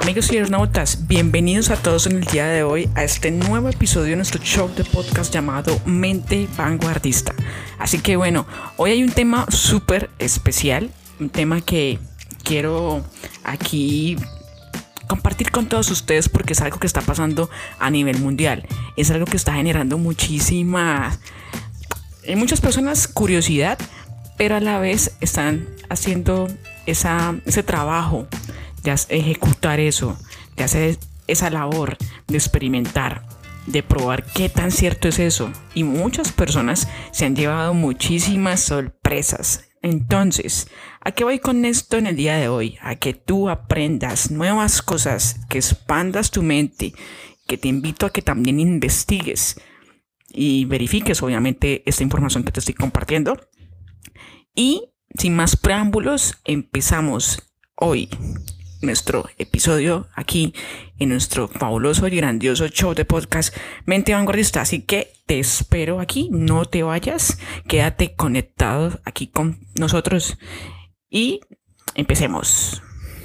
Amigos y internautas, bienvenidos a todos en el día de hoy a este nuevo episodio de nuestro show de podcast llamado Mente Vanguardista. Así que bueno, hoy hay un tema súper especial, un tema que quiero aquí compartir con todos ustedes porque es algo que está pasando a nivel mundial. Es algo que está generando muchísimas, en muchas personas curiosidad, pero a la vez están haciendo ese trabajo de ejecutar eso, de hacer esa labor de experimentar, de probar qué tan cierto es eso. Y muchas personas se han llevado muchísimas sorpresas. Entonces, ¿a qué voy con esto en el día de hoy? A que tú aprendas nuevas cosas, que expandas tu mente, que te invito a que también investigues y verifiques obviamente esta información que te estoy compartiendo. Y sin más preámbulos, empezamos hoy nuestro episodio aquí en nuestro fabuloso y grandioso show de podcast Mente Vanguardista. Así que te espero aquí, no te vayas, quédate conectado aquí con nosotros y empecemos.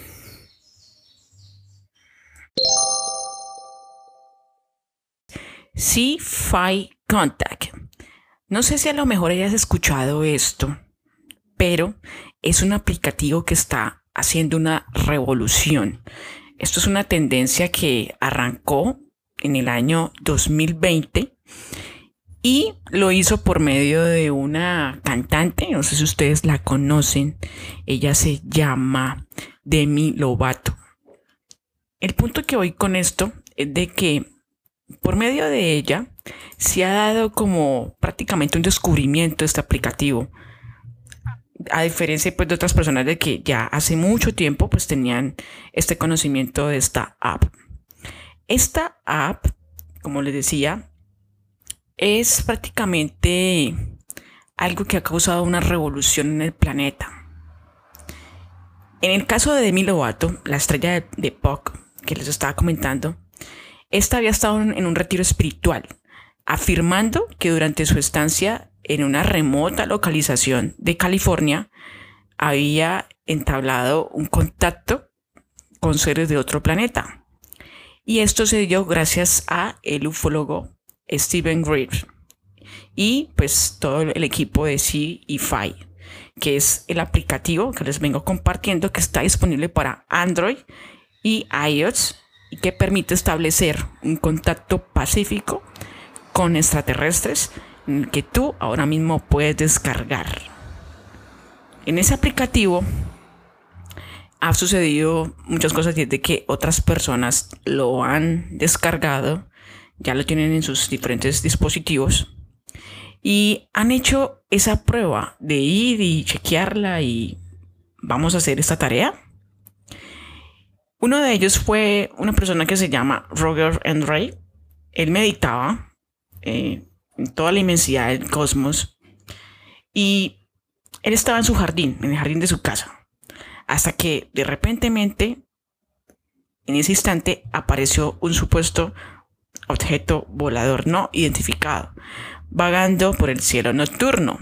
Sci-Fi Contact. No sé si a lo mejor hayas escuchado esto, pero es un aplicativo que está haciendo una revolución. Esto es una tendencia que arrancó en el año 2020 y lo hizo por medio de una cantante, no sé si ustedes la conocen, ella se llama Demi Lovato. El punto que voy con esto es de que por medio de ella se ha dado como prácticamente un descubrimiento de este aplicativo. A diferencia pues de otras personas de que ya hace mucho tiempo pues tenían este conocimiento de esta app. Esta app, como les decía, es prácticamente algo que ha causado una revolución en el planeta. En el caso de Demi Lovato, la estrella de pop que les estaba comentando, esta había estado en un retiro espiritual, afirmando que durante su estancia en una remota localización de California había entablado un contacto con seres de otro planeta. Y esto se dio gracias a el ufólogo Steven Greer y pues todo el equipo de Sci-Fi, que es el aplicativo que les vengo compartiendo, que está disponible para Android y iOS y que permite establecer un contacto pacífico con extraterrestres que tú ahora mismo puedes descargar. En ese aplicativo ha sucedido muchas cosas desde que otras personas lo han descargado, ya lo tienen en sus diferentes dispositivos y han hecho esa prueba de ir y chequearla y vamos a hacer esta tarea. Uno de ellos fue una persona que se llama Roger Henry. Él meditaba en toda la inmensidad del cosmos y él estaba en su jardín, en el jardín de su casa, hasta que de repentemente en ese instante apareció un supuesto objeto volador no identificado vagando por el cielo nocturno.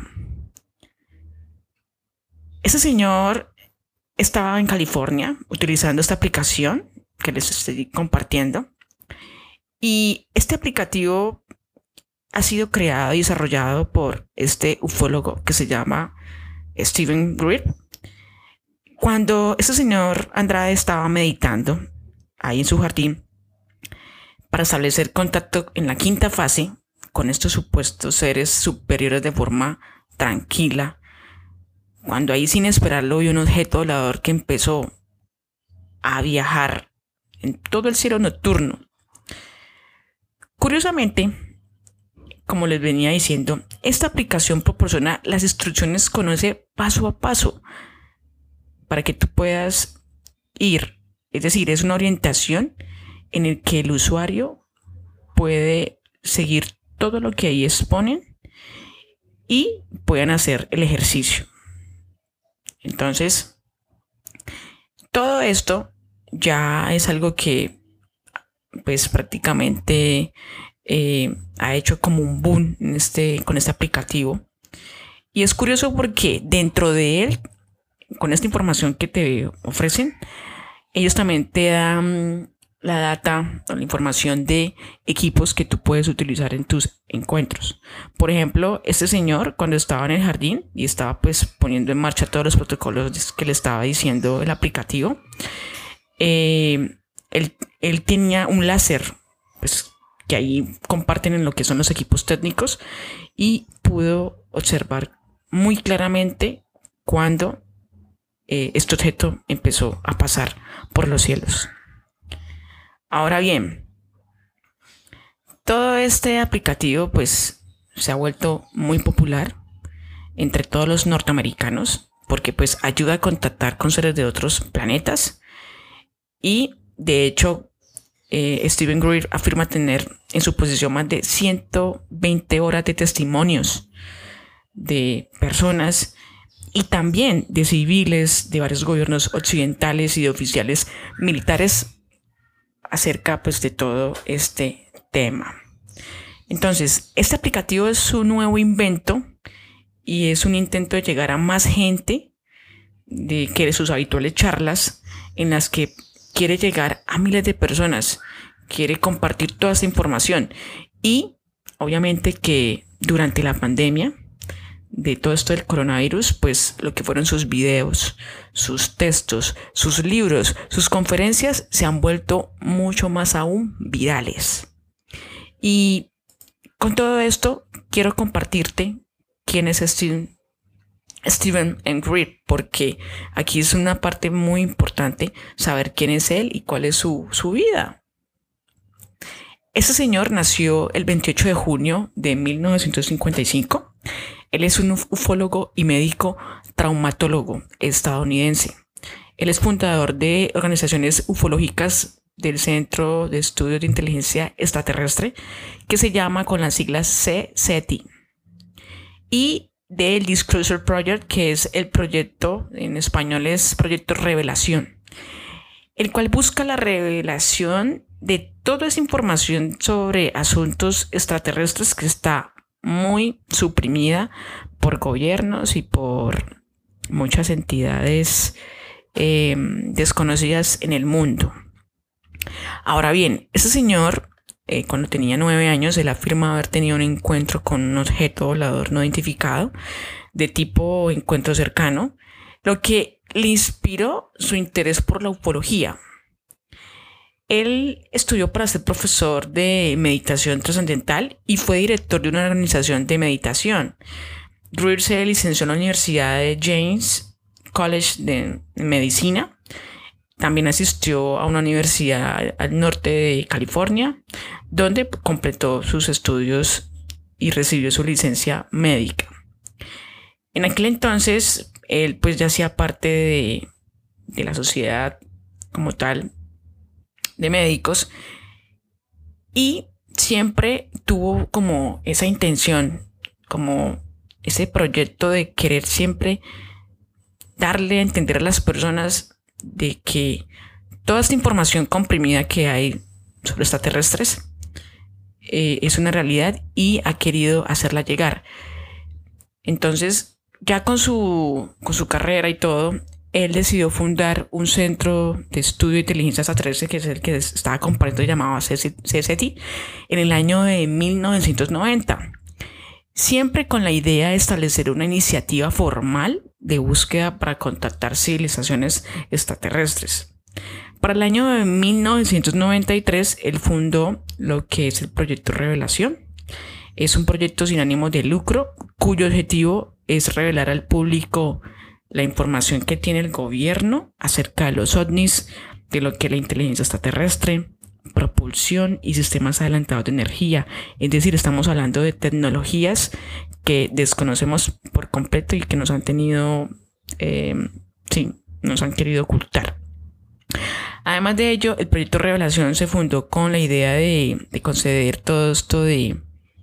Ese señor estaba en California utilizando esta aplicación que les estoy compartiendo y este aplicativo ha sido creado y desarrollado por este ufólogo que se llama Steven Greer. Cuando este señor Andrade estaba meditando ahí en su jardín para establecer contacto en la quinta fase con estos supuestos seres superiores de forma tranquila, cuando ahí sin esperarlo vio un objeto volador que empezó a viajar en todo el cielo nocturno. Curiosamente, como les venía diciendo, esta aplicación proporciona las instrucciones con ese paso a paso para que tú puedas ir. Es decir, es una orientación en el que el usuario puede seguir todo lo que ahí exponen y puedan hacer el ejercicio. Entonces, todo esto ya es algo que pues prácticamente ha hecho como un boom con este aplicativo. Y es curioso porque dentro de él, con esta información que te ofrecen, ellos también te dan la data o la información de equipos que tú puedes utilizar en tus encuentros. Por ejemplo, este señor, cuando estaba en el jardín y estaba pues poniendo en marcha todos los protocolos que le estaba diciendo el aplicativo, él tenía un láser, pues, que ahí comparten en lo que son los equipos técnicos, y pudo observar muy claramente cuando este objeto empezó a pasar por los cielos. Ahora bien, todo este aplicativo pues se ha vuelto muy popular entre todos los norteamericanos porque pues ayuda a contactar con seres de otros planetas, y de hecho Steven Greer afirma tener en su posesión más de 120 horas de testimonios de personas y también de civiles de varios gobiernos occidentales y de oficiales militares acerca pues de todo este tema. Entonces, este aplicativo es un nuevo invento y es un intento de llegar a más gente de que sus habituales charlas, en las que quiere llegar a miles de personas, quiere compartir toda esta información. Y obviamente que durante la pandemia de todo esto del coronavirus, pues lo que fueron sus videos, sus textos, sus libros, sus conferencias se han vuelto mucho más aún virales. Y con todo esto quiero compartirte quién es Steven Greer, porque aquí es una parte muy importante saber quién es él y cuál es su vida. Este señor nació el 28 de junio de 1955. Él es un ufólogo y médico traumatólogo estadounidense. Él es fundador de organizaciones ufológicas del Centro de Estudios de Inteligencia Extraterrestre, que se llama con las siglas CSETI, y del Disclosure Project, que es el proyecto, en español es Proyecto Revelación, el cual busca la revelación de toda esa información sobre asuntos extraterrestres que está muy suprimida por gobiernos y por muchas entidades desconocidas en el mundo. Ahora bien, este señor, cuando tenía 9 años, él afirma haber tenido un encuentro con un objeto volador no identificado de tipo encuentro cercano, lo que le inspiró su interés por la ufología. Él estudió para ser profesor de meditación trascendental y fue director de una organización de meditación. Greer se licenció en la Universidad de James College de Medicina. También asistió a una universidad al norte de California, donde completó sus estudios y recibió su licencia médica. En aquel entonces, él pues ya hacía parte de la sociedad como tal de médicos, y siempre tuvo como esa intención, como ese proyecto de querer siempre darle a entender a las personas de que toda esta información comprimida que hay sobre extraterrestres es una realidad, y ha querido hacerla llegar. Entonces, ya con su carrera y todo, él decidió fundar un centro de estudio de inteligencia extraterrestre, que es el que estaba compartiendo, llamado CSETI, en el año de 1990. Siempre con la idea de establecer una iniciativa formal de búsqueda para contactar civilizaciones extraterrestres. Para el año de 1993, él fundó lo que es el Proyecto Revelación. Es un proyecto sin ánimo de lucro, cuyo objetivo es revelar al público la información que tiene el gobierno acerca de los ovnis, de lo que es la inteligencia extraterrestre, propulsión y sistemas adelantados de energía. Es decir, estamos hablando de tecnologías que desconocemos por completo y que nos han tenido, nos han querido ocultar. Además de ello, el proyecto Revelación se fundó con la idea de conceder todo esto de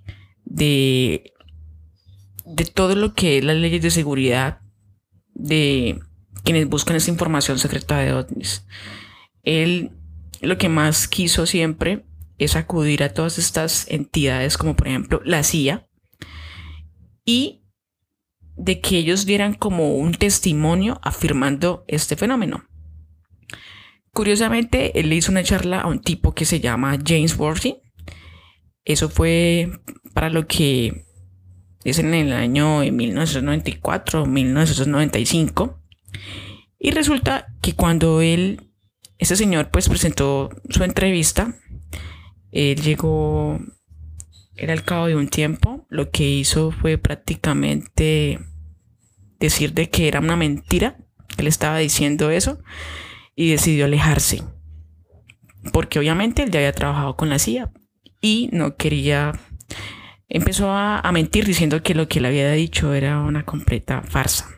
todo lo que es las leyes de seguridad de quienes buscan esa información secreta de ovnis. Él lo que más quiso siempre es acudir a todas estas entidades, como por ejemplo la CIA, y de que ellos dieran como un testimonio afirmando este fenómeno. Curiosamente, él le hizo una charla a un tipo que se llama James Worthy. Eso fue para lo que es en el año 1994 o 1995. Y resulta que cuando ese señor pues presentó su entrevista, él llegó, era al cabo de un tiempo, lo que hizo fue prácticamente decir de que era una mentira, que él estaba diciendo eso, y decidió alejarse. Porque obviamente él ya había trabajado con la CIA y no quería, empezó a mentir diciendo que lo que él había dicho era una completa farsa.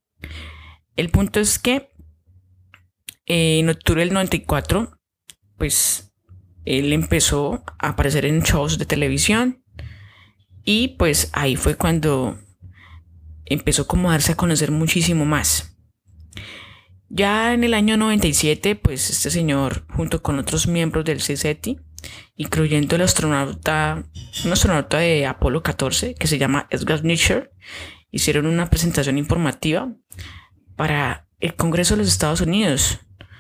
El punto es que en octubre del 94, pues él empezó a aparecer en shows de televisión y pues ahí fue cuando empezó como a darse a conocer muchísimo más. Ya en el año 97, pues este señor, junto con otros miembros del CSETI, incluyendo un astronauta de Apolo 14, que se llama Edgar Mitchell, hicieron una presentación informativa para el Congreso de los Estados Unidos,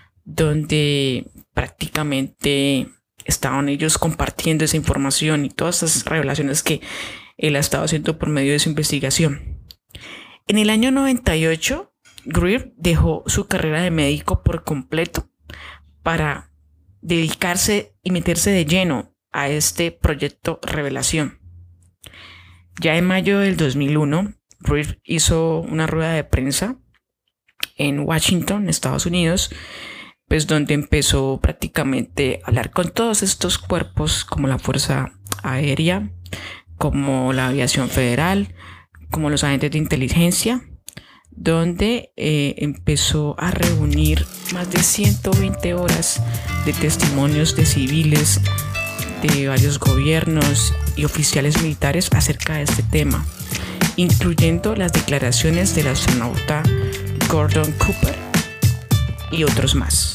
donde prácticamente estaban ellos compartiendo esa información y todas esas revelaciones que él ha estado haciendo por medio de su investigación. En el año 98, Greer dejó su carrera de médico por completo para dedicarse y meterse de lleno a este proyecto Revelación. Ya en mayo del 2001, Greer hizo una rueda de prensa en Washington, Estados Unidos, pues donde empezó prácticamente a hablar con todos estos cuerpos como la Fuerza Aérea, como la Aviación Federal, como los agentes de inteligencia, donde empezó a reunir más de 120 horas de testimonios de civiles de varios gobiernos y oficiales militares acerca de este tema, incluyendo las declaraciones del astronauta Gordon Cooper y otros más.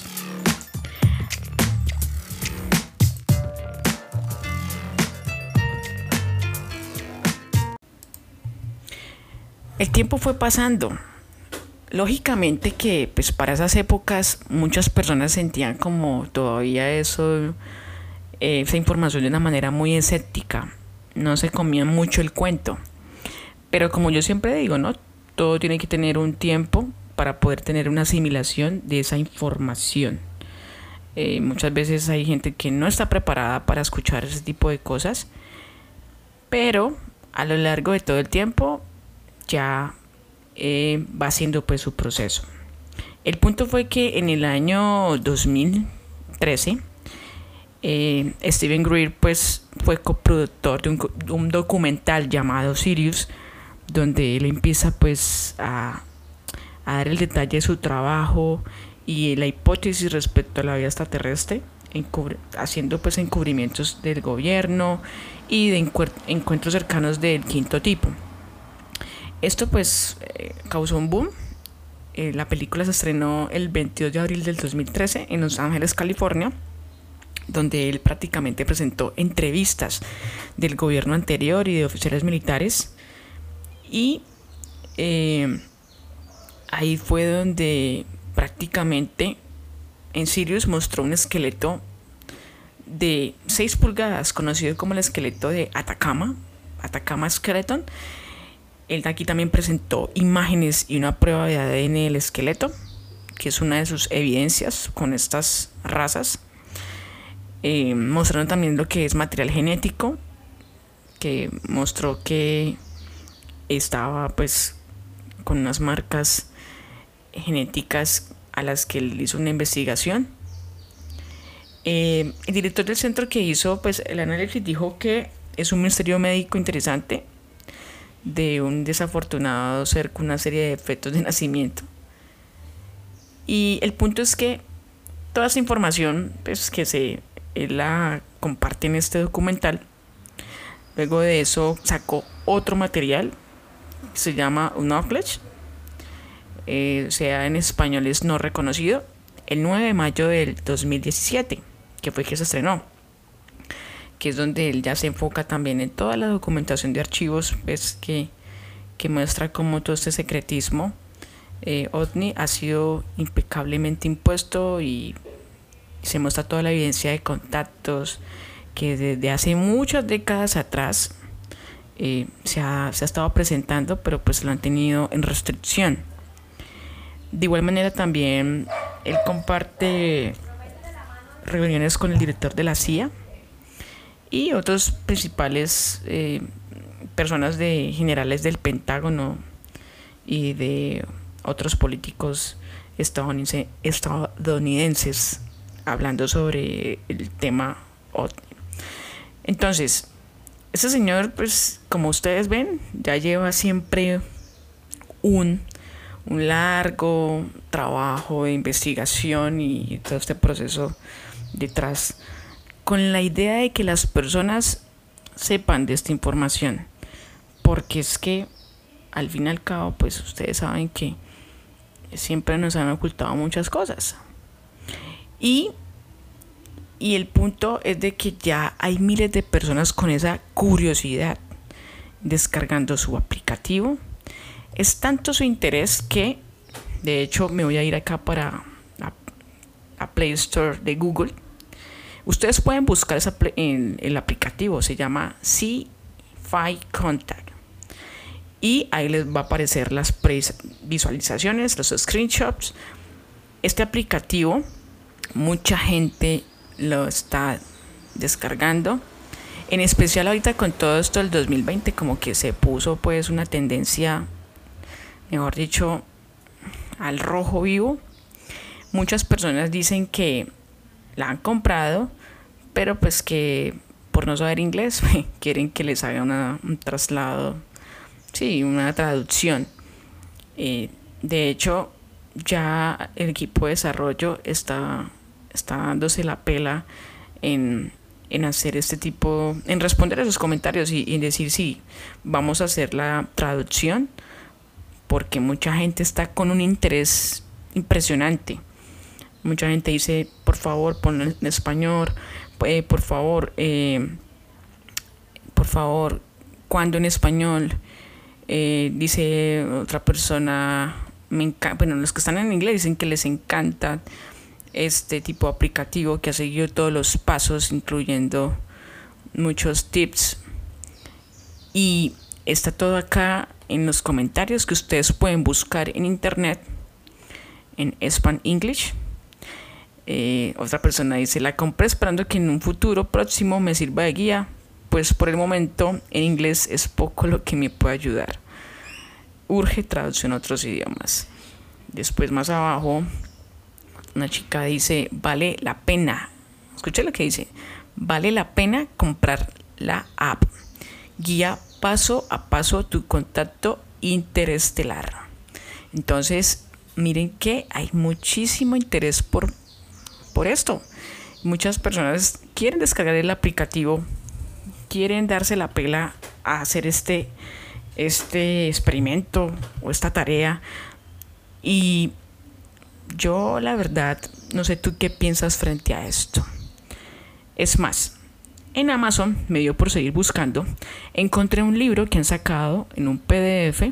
El tiempo fue pasando. Lógicamente que pues para esas épocas muchas personas sentían como todavía esa información de una manera muy escéptica. No se comían mucho el cuento. Pero como yo siempre digo, ¿no? Todo tiene que tener un tiempo para poder tener una asimilación de esa información. Muchas veces hay gente que no está preparada para escuchar ese tipo de cosas. Pero a lo largo de todo el tiempo ya va haciendo pues su proceso. El punto fue que en el año 2013 Steven Greer pues fue coproductor de un documental llamado Sirius, donde él empieza pues a dar el detalle de su trabajo y la hipótesis respecto a la vida extraterrestre, haciendo pues encubrimientos del gobierno y de encuentros cercanos del quinto tipo. Esto pues causó un boom. La película se estrenó el 22 de abril del 2013 en Los Ángeles, California, donde él prácticamente presentó entrevistas del gobierno anterior y de oficiales militares. Y ahí fue donde prácticamente en Sirius mostró un esqueleto de 6 pulgadas, conocido como el esqueleto de Atacama Skeleton. Él aquí también presentó imágenes y una prueba de ADN del esqueleto, que es una de sus evidencias con estas razas. Mostraron también lo que es material genético, que mostró que estaba pues con unas marcas genéticas a las que él hizo una investigación. El director del centro que hizo pues el análisis dijo que es un misterio médico interesante de un desafortunado ser con una serie de defectos de nacimiento. Y el punto es que toda esa información pues, que él la comparte en este documental, luego de eso sacó otro material que se llama Unknowledge, sea en español es no reconocido, el 9 de mayo del 2017, que fue que se estrenó, que es donde él ya se enfoca también en toda la documentación de archivos, pues, que muestra cómo todo este secretismo OVNI ha sido impecablemente impuesto y se muestra toda la evidencia de contactos que desde hace muchas décadas atrás se ha estado presentando, pero pues lo han tenido en restricción. De igual manera también él comparte reuniones con el director de la CIA y otros principales personas generales del Pentágono y de otros políticos estadounidenses hablando sobre el tema OVNI. Entonces, este señor, pues como ustedes ven, ya lleva siempre un largo trabajo de investigación y todo este proceso detrás, con la idea de que las personas sepan de esta información, porque es que al fin y al cabo, pues ustedes saben que siempre nos han ocultado muchas cosas. Y el punto es de que ya hay miles de personas con esa curiosidad descargando su aplicativo. Es tanto su interés que, de hecho, me voy a ir acá para la Play Store de Google. Ustedes pueden buscar en el aplicativo, se llama Sci-Fi Contact. Y ahí les va a aparecer las visualizaciones, los screenshots. Este aplicativo, mucha gente lo está descargando. En especial ahorita con todo esto del 2020, como que se puso pues una tendencia, mejor dicho, al rojo vivo. Muchas personas dicen que la han comprado, pero pues que por no saber inglés quieren que les haga un traslado, sí, una traducción. De hecho, ya el equipo de desarrollo está dándose la pela en hacer este tipo, en responder a esos comentarios y en decir sí, vamos a hacer la traducción, porque mucha gente está con un interés impresionante. Mucha gente dice, por favor, ponlo en español, por favor, cuando en español. Dice otra persona, bueno, los que están en inglés dicen que les encanta este tipo de aplicativo que ha seguido todos los pasos, incluyendo muchos tips. Y está todo acá en los comentarios que ustedes pueden buscar en internet, en Span English. Otra persona dice, la compré esperando que en un futuro próximo me sirva de guía, pues por el momento en inglés es poco lo que me puede ayudar. Urge traducción a otros idiomas. Después más abajo una chica dice, vale la pena, escucha lo que dice, vale la pena comprar la app, guía paso a paso tu contacto interestelar. Entonces miren que hay muchísimo interés por esto. Muchas personas quieren descargar el aplicativo, quieren darse la pela a hacer este experimento o esta tarea. Y yo la verdad no sé tú qué piensas frente a esto. Es más, en Amazon me dio por seguir buscando, encontré un libro que han sacado en un PDF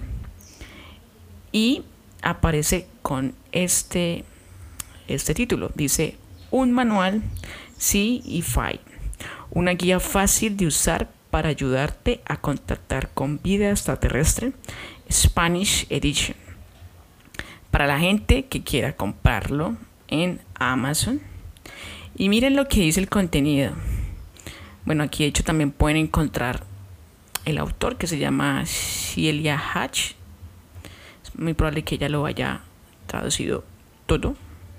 y aparece con este título. Dice, un manual Sci-Fi, una guía fácil de usar para ayudarte a contactar con vida extraterrestre, Spanish Edition. Para la gente que quiera comprarlo en Amazon. Y miren lo que dice el contenido. Bueno, aquí de hecho también pueden encontrar el autor, que se llama Celia Hatch. Es muy probable que ella lo haya traducido todo.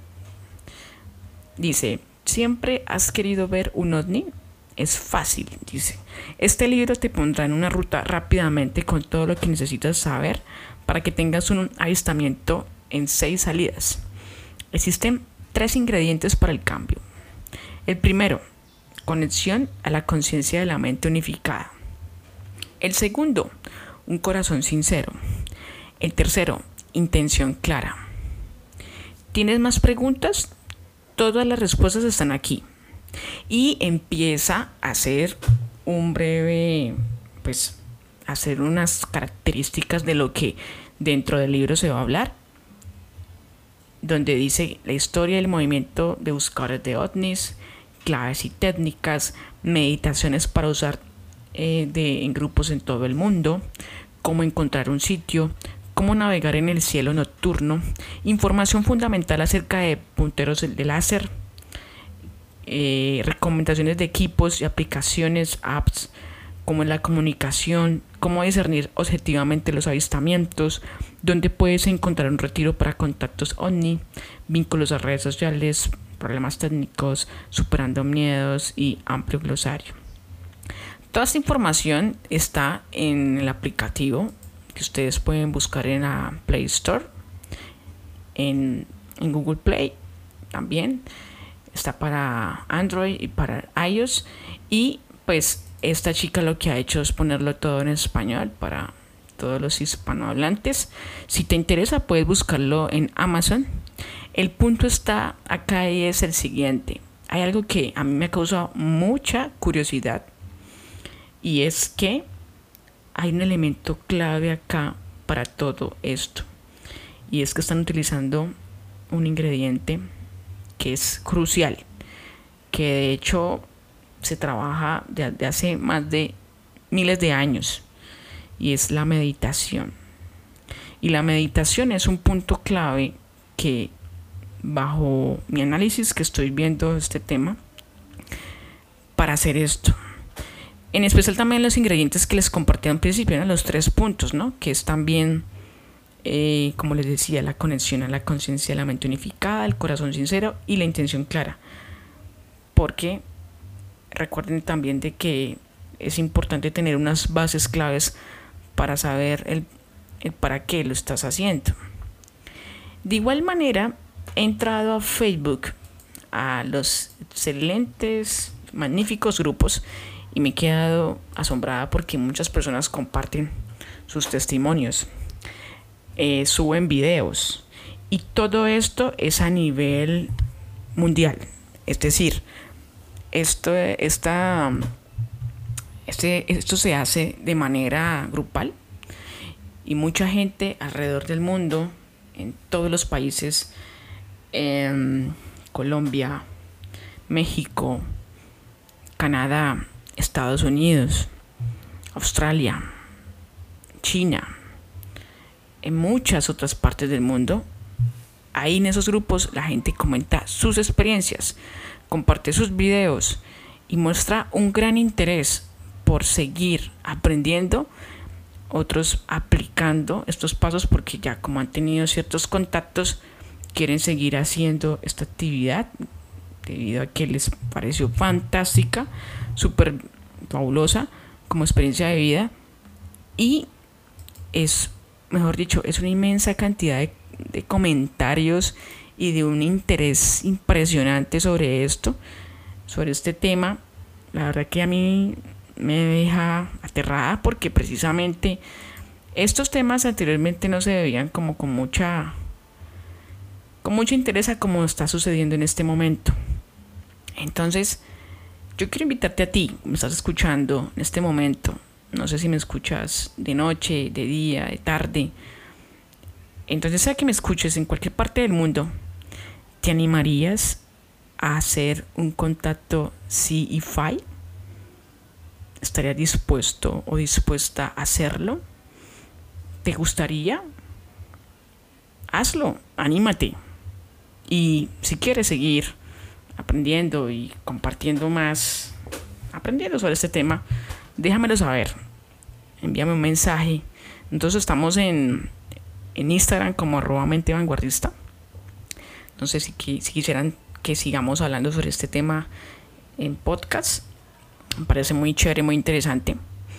Dice, ¿siempre has querido ver un ovni? Es fácil, dice. Este libro te pondrá en una ruta rápidamente con todo lo que necesitas saber para que tengas un avistamiento en 6 salidas. Existen 3 ingredientes para el cambio. El primero, conexión a la conciencia de la mente unificada. El segundo, un corazón sincero. El tercero, intención clara. ¿Tienes más preguntas? Todas las respuestas están aquí. Y empieza a hacer un breve, pues, hacer unas características de lo que dentro del libro se va a hablar. donde dice la historia del movimiento de buscadores de ovnis, claves y técnicas, meditaciones para usar en grupos en todo el mundo, cómo encontrar un sitio, cómo navegar en el cielo nocturno, información fundamental acerca de punteros de láser, recomendaciones de equipos y aplicaciones, apps, cómo es la comunicación, cómo discernir objetivamente los avistamientos, dónde puedes encontrar un retiro para contactos OVNI, vínculos a redes sociales, problemas técnicos, superando miedos y amplio glosario. Toda esta información está en el aplicativo que ustedes pueden buscar en la Play Store, en Google Play también. Está para Android y para iOS. Y pues esta chica lo que ha hecho es ponerlo todo en español para todos los hispanohablantes. Si te interesa puedes buscarlo en Amazon. El punto está acá y es el siguiente. Hay algo que a mí me ha causado mucha curiosidad, y es que hay un elemento clave acá para todo esto, y es que están utilizando un ingrediente que es crucial, que de hecho se trabaja desde hace más de miles de años, y es la meditación. Y la meditación es un punto clave que, bajo mi análisis que estoy viendo este tema, para hacer esto, en especial también los ingredientes que les compartí al principio, ¿no? Los 3 puntos, ¿no? Que es también, como les decía, la conexión a la conciencia de la mente unificada, el corazón sincero y la intención clara. Porque recuerden también de que es importante tener unas bases claves para saber el para qué lo estás haciendo. De igual manera, he entrado a Facebook, a los excelentes, magníficos grupos, y me he quedado asombrada porque muchas personas comparten sus testimonios, suben videos, y todo esto es a nivel mundial. Es decir, esto se hace de manera grupal, y mucha gente alrededor del mundo, en todos los países, Colombia, México, Canadá, Estados Unidos, Australia, China, en muchas otras partes del mundo. Ahí en esos grupos la gente comenta sus experiencias, comparte sus videos y muestra un gran interés por seguir aprendiendo, otros aplicando estos pasos porque ya como han tenido ciertos contactos quieren seguir haciendo esta actividad debido a que les pareció fantástica, súper fabulosa como experiencia de vida, y es, mejor dicho, es una inmensa cantidad de comentarios y de un interés impresionante sobre esto, sobre este tema. La verdad que a mí me deja aterrada porque precisamente estos temas anteriormente no se veían como con mucho interés a como está sucediendo en este momento. Entonces yo quiero invitarte a ti, me estás escuchando en este momento, no sé si me escuchas de noche, de día, de tarde, entonces sea que me escuches en cualquier parte del mundo, ¿te animarías a hacer un contacto CI-FI? ¿Estarías dispuesto o dispuesta a hacerlo? ¿Te gustaría? Hazlo, anímate. Y si quieres seguir aprendiendo y compartiendo más, aprendiendo sobre este tema, déjamelo saber. Envíame un mensaje. Entonces estamos en Instagram como @mentevanguardista. Entonces si quisieran que sigamos hablando sobre este tema en podcast, me parece muy chévere, muy interesante.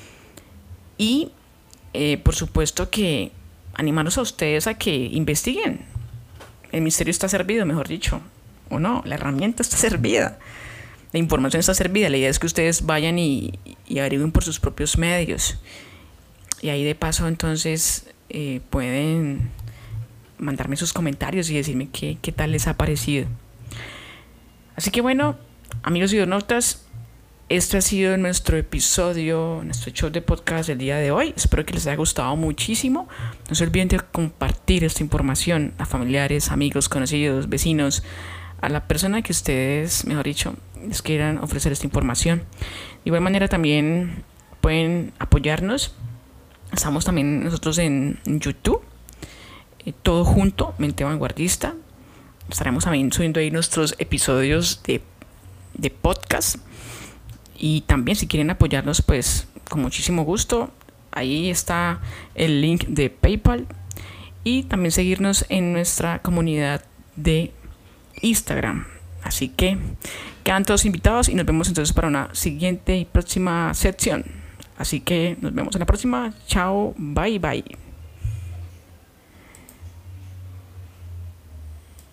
Y por supuesto que animarlos a ustedes a que investiguen. El misterio está servido, mejor dicho, o no, la herramienta está servida, la información está servida. La idea es que ustedes vayan y averigüen por sus propios medios, y ahí de paso entonces pueden mandarme sus comentarios y decirme qué tal les ha parecido. Así que bueno, amigos y donautas, Este ha sido nuestro episodio, nuestro show de podcast del día de hoy. Espero que les haya gustado muchísimo. No se olviden de compartir esta información a familiares, amigos, conocidos, vecinos, a la persona que ustedes, mejor dicho, les quieran ofrecer esta información. De igual manera también pueden apoyarnos. Estamos también nosotros en YouTube, todo junto, Mente Vanguardista. Estaremos también subiendo ahí nuestros episodios de podcast. Y también si quieren apoyarnos, pues con muchísimo gusto, ahí está el link de PayPal. Y también seguirnos en nuestra comunidad de Instagram. Así que quedan todos invitados y nos vemos entonces para una siguiente y próxima sección. Así que nos vemos en la próxima. Chao, bye bye.